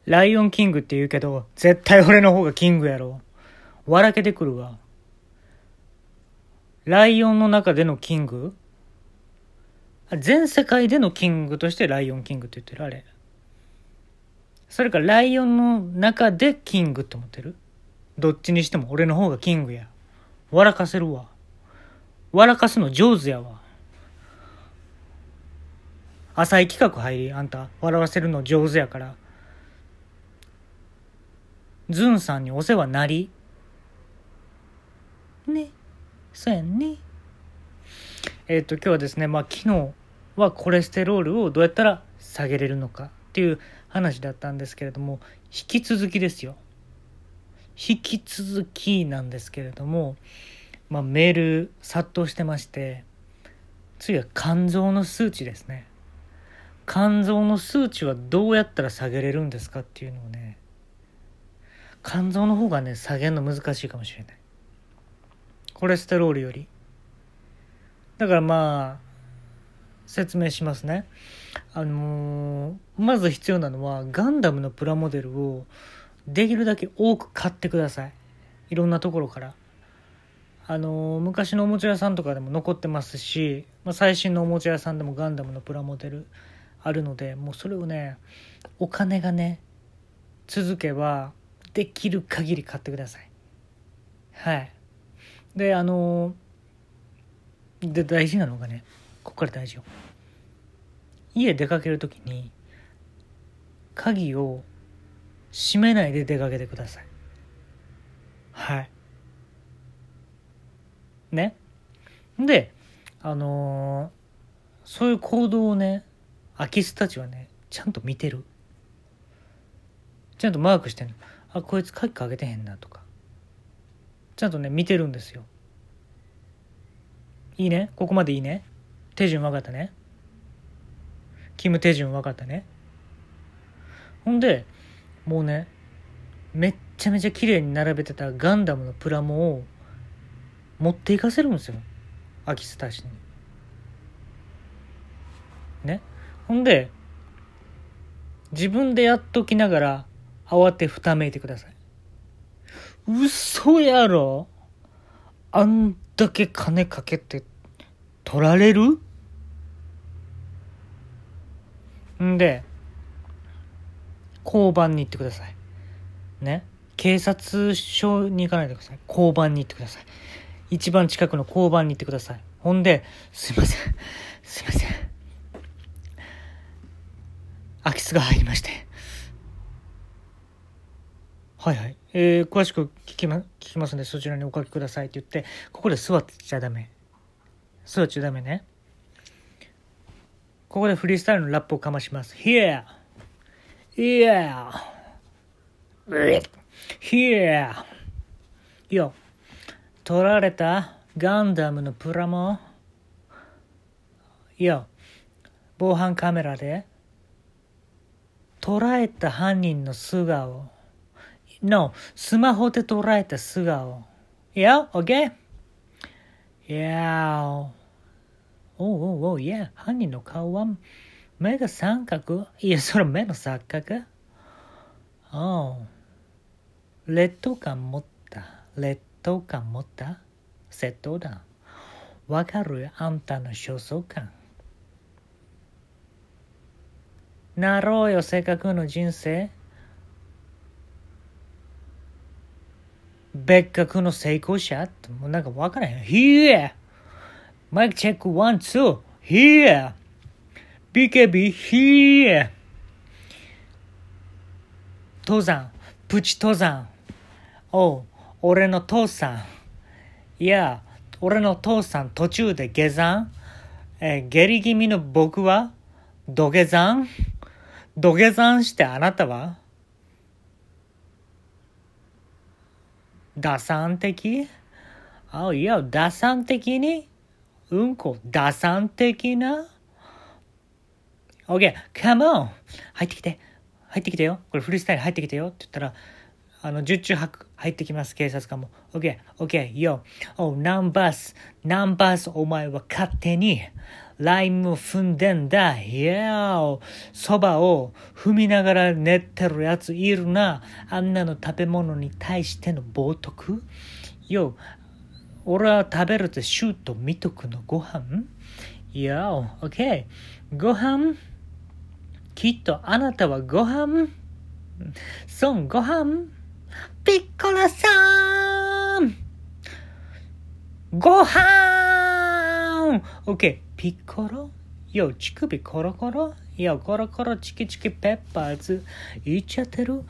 ライオンキングって言うけど、絶対俺の方がキングやろ。笑けてくるわ。ライオンの中でのキング？全世界でのキングとしてライオンキングって言ってるあれ。それからライオンの中でキングって思ってる？どっちにしても俺の方がキングや。笑かせるわ。笑かすの上手やわ。浅い企画入り、あんた笑わせるの上手やから。ズンさんにお世話なり。ね。そうやんね。今日はですね、昨日はコレステロールをどうやったら下げれるのかっていう話だったんですけれども、引き続きですよ。引き続きなんですけれども、メール殺到してまして、次は肝臓の数値ですね。肝臓の数値はどうやったら下げれるんですかっていうのをね、肝臓の方がね、下げるの難しいかもしれない。コレステロールより。だから説明しますね。まず必要なのはガンダムのプラモデルをできるだけ多く買ってください。いろんなところから。昔のおもちゃ屋さんとかでも残ってますし、最新のおもちゃ屋さんでもガンダムのプラモデルあるので、もうそれをね、お金がね続けばできる限り買ってください。はい。で大事なのがね、ここから大事よ。家出かけるときに鍵を閉めないで出かけてください。はいね。でそういう行動をね、空き巣たちはねちゃんと見てる。ちゃんとマークしてんの。あ、こいつ鍵かけてへんなとか、ちゃんとね見てるんですよ。いいね、ここまでいいね。手順分かったね。キム手順分かったね。ほんでもうね、めっちゃめちゃ綺麗に並べてたガンダムのプラモを持っていかせるんですよ、空き巣たちにね。ほんで自分でやっときながら慌てふためいてください。嘘やろ。あんだけ金かけて取られるんで、交番に行ってくださいね。警察署に行かないでください。交番に行ってください。一番近くの交番に行ってください。ほんで、すいません空き巣が入りまして、はいはい、詳しく聞きますのでそちらにお書きくださいって言って、ここで座っちゃダメね。ここでフリースタイルのラップをかまします。 Hereよ、取られたガンダムのプラモよ、防犯カメラで捉えた犯人の素顔のスマホで捉えた素顔。いや、OK？ いや、いや、犯人の顔は目が三角？いや、それ目の錯覚？劣等感持った窃盗だ。わかる？あんたの焦燥感。なろうよ、せっかくの人生。別格の成功者って、もうなんかわからへん。Here! マイクチェック1、2。Here! BKB Here! 登山、プチ登山。俺の父さん。いや、俺の父さん途中で下山。下痢気味の僕は土下山してあなたは打算的？いや、打算的に打算的な OK, come on! 入ってきてよ。これフリースタイル入ってきてよって言ったら、十中八九入ってきます、警察官も。OK, yo. ナンバース、お前は勝手にライムを踏んでんだ。いやそばを踏みながら寝ってるやついるな。あんなの食べ物に対しての冒涜。よ、俺は食べるってシュート見とくのご飯。いやオッケー。ご飯。きっとあなたはご飯。ご飯。ピッコラさん。ご飯。オッケー。ピッコロ。よ、乳首コロコロ。よ、コロコロチキチキペッパーズ。いっちゃってる。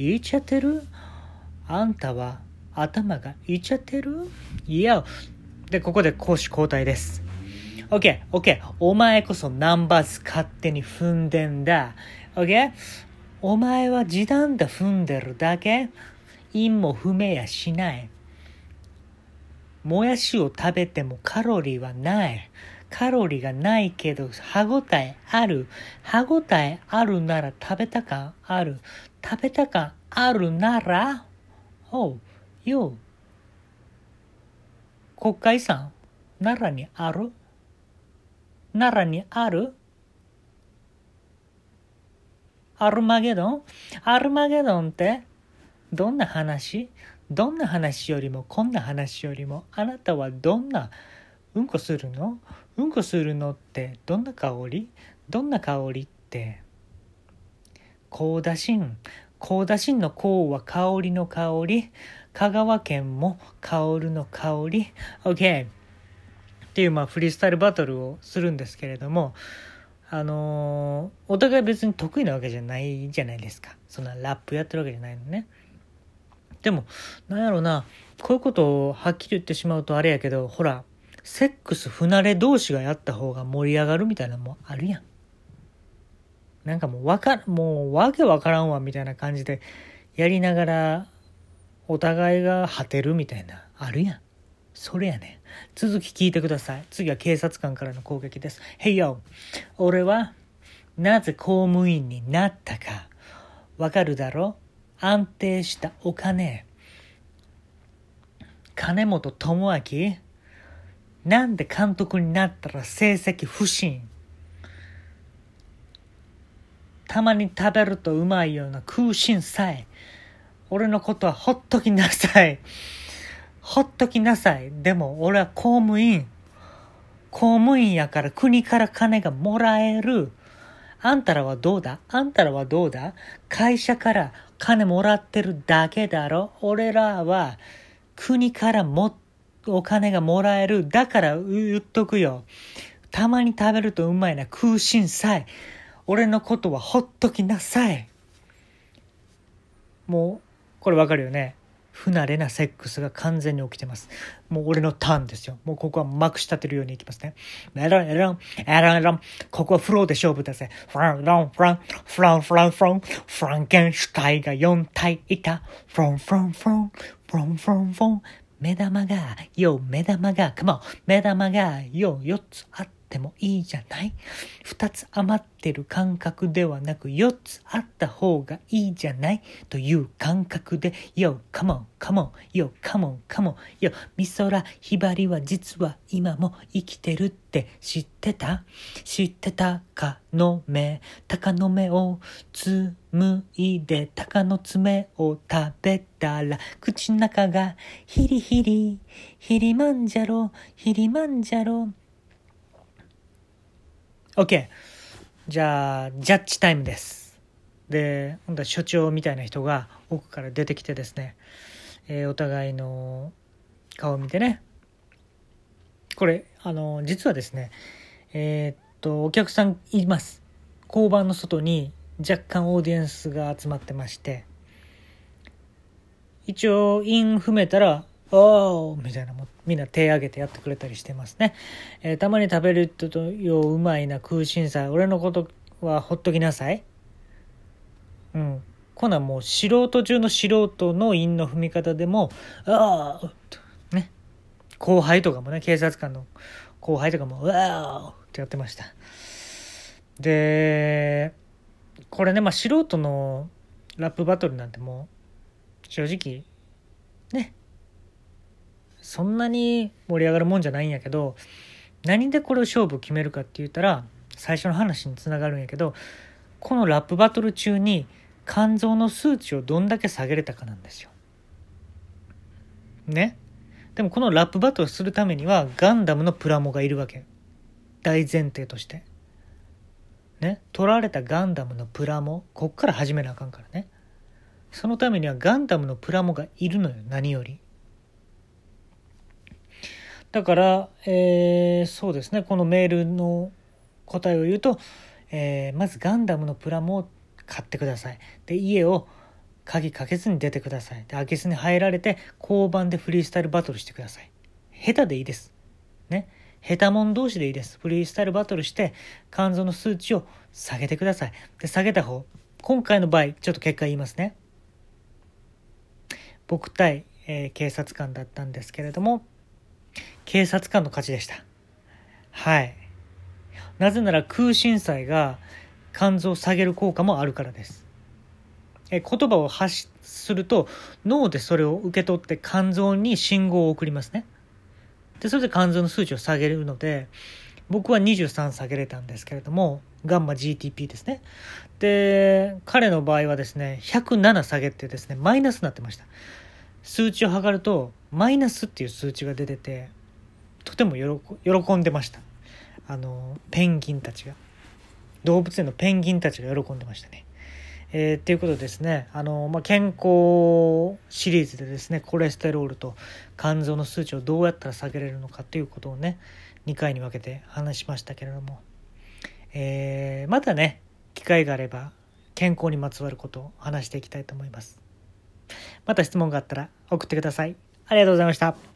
あんたは頭がいっちゃってる。いや。で、ここで攻守交代です。オッケー。お前こそナンバーズ勝手に踏んでんだ。オッケー。お前は時短で踏んでるだけ。陰も踏めやしない。もやしを食べてもカロリーはない。カロリーがないけど歯ごたえある。歯ごたえあるなら食べた感ある。食べた感あるなら、おう、よ。国家遺産、奈良にある？奈良にある？アルマゲドンってどんな話よりもこんな話よりもあなたはどんなうんこするのってどんな香りってコウダシンのコウは香りの香り。香川県も香るの香り。 OK っていうフリースタイルバトルをするんですけれども、お互い別に得意なわけじゃないじゃないですか。そんなラップやってるわけじゃないのね。でもなんやろな、こういうことをはっきり言ってしまうとあれやけど、ほらセックス不慣れ同士がやった方が盛り上がるみたいなのもあるやん。なんかもうわけわからんわみたいな感じでやりながらお互いが果てるみたいなあるやん。それやね。続き聞いてください。次は警察官からの攻撃です。Hey yo、 俺はなぜ公務員になったかわかるだろ。安定したお金。金本智明。なんで監督になったら成績不振。たまに食べるとうまいような空心菜。俺のことはほっときなさい。でも俺は公務員やから国から金がもらえる。あんたらはどうだ。会社から金もらってるだけだろ。俺らは国からお金がもらえる。だから言っとくよ。たまに食べるとうまいな空心菜。俺のことはほっときなさい。もうこれわかるよね。不慣れなセックスが完全に起きてます。もう俺のターンですよ。もうここはまくし立てるようにいきますね。エラン。ここはフローで勝負だぜ。フランケンシュタインが4体いた。フロン。目玉が、カモン。目玉が、4つあってもいいじゃない。2つ余ってる感覚ではなく、4つあった方がいいじゃないという感覚で、カモン。美空ひばりは実は今も生きてるって知ってたかのめ。鷹の目を紡いで鷹の爪を食べたら口の中がヒリマンジャロ。OK。じゃあジャッジタイムです。で、今度は所長みたいな人が奥から出てきてですね、お互いの顔を見てね、これ実はですね、お客さんいます。交番の外に若干オーディエンスが集まってまして、一応韻踏めたらおーみたいな、みんな手挙げてやってくれたりしてますね。たまに食べるとようまいな空心菜。俺のことはほっときなさい。こんなんもう素人中の素人の韻の踏み方でもね、後輩とかもね、警察官の後輩とかもうわーってやってました。でこれね、素人のラップバトルなんてもう正直ね、そんなに盛り上がるもんじゃないんやけど、 何でこれを勝負を決めるかって言ったら、最初の話につながるんやけど、このラップバトル中に肝臓の数値をどんだけ下げれたかなんですよ。ね。でもこのラップバトルするためにはガンダムのプラモがいるわけ。大前提として。ね。取られたガンダムのプラモ、こっから始めなあかんからね。そのためにはガンダムのプラモがいるのよ、何より。だから、そうですね、このメールの答えを言うと、まずガンダムのプラモを買ってください。で、家を鍵かけずに出てください。で、空き巣に入られて交番でフリースタイルバトルしてください。下手でいいです。ね。下手者同士でいいです。フリースタイルバトルして肝臓の数値を下げてください。で、下げた方、今回の場合、ちょっと結果言いますね。僕対、警察官だったんですけれども、警察官の勝ちでした。はい。なぜなら空心菜が肝臓を下げる効果もあるからです。言葉を発すると脳でそれを受け取って肝臓に信号を送りますね。で、それで肝臓の数値を下げるので、僕は23下げれたんですけれども、ガンマ GTP ですね。で、彼の場合はですね、107下げてですね、マイナスになってました。数値を測るとマイナスっていう数値が出てて、とても喜んでました。ペンギンたちが、動物園のペンギンたちが喜んでましたね。っていうことですね、健康シリーズでですね、コレステロールと肝臓の数値をどうやったら下げれるのかということをね、2回に分けて話しましたけれども、またね、機会があれば健康にまつわることを話していきたいと思います。また質問があったら送ってください。ありがとうございました。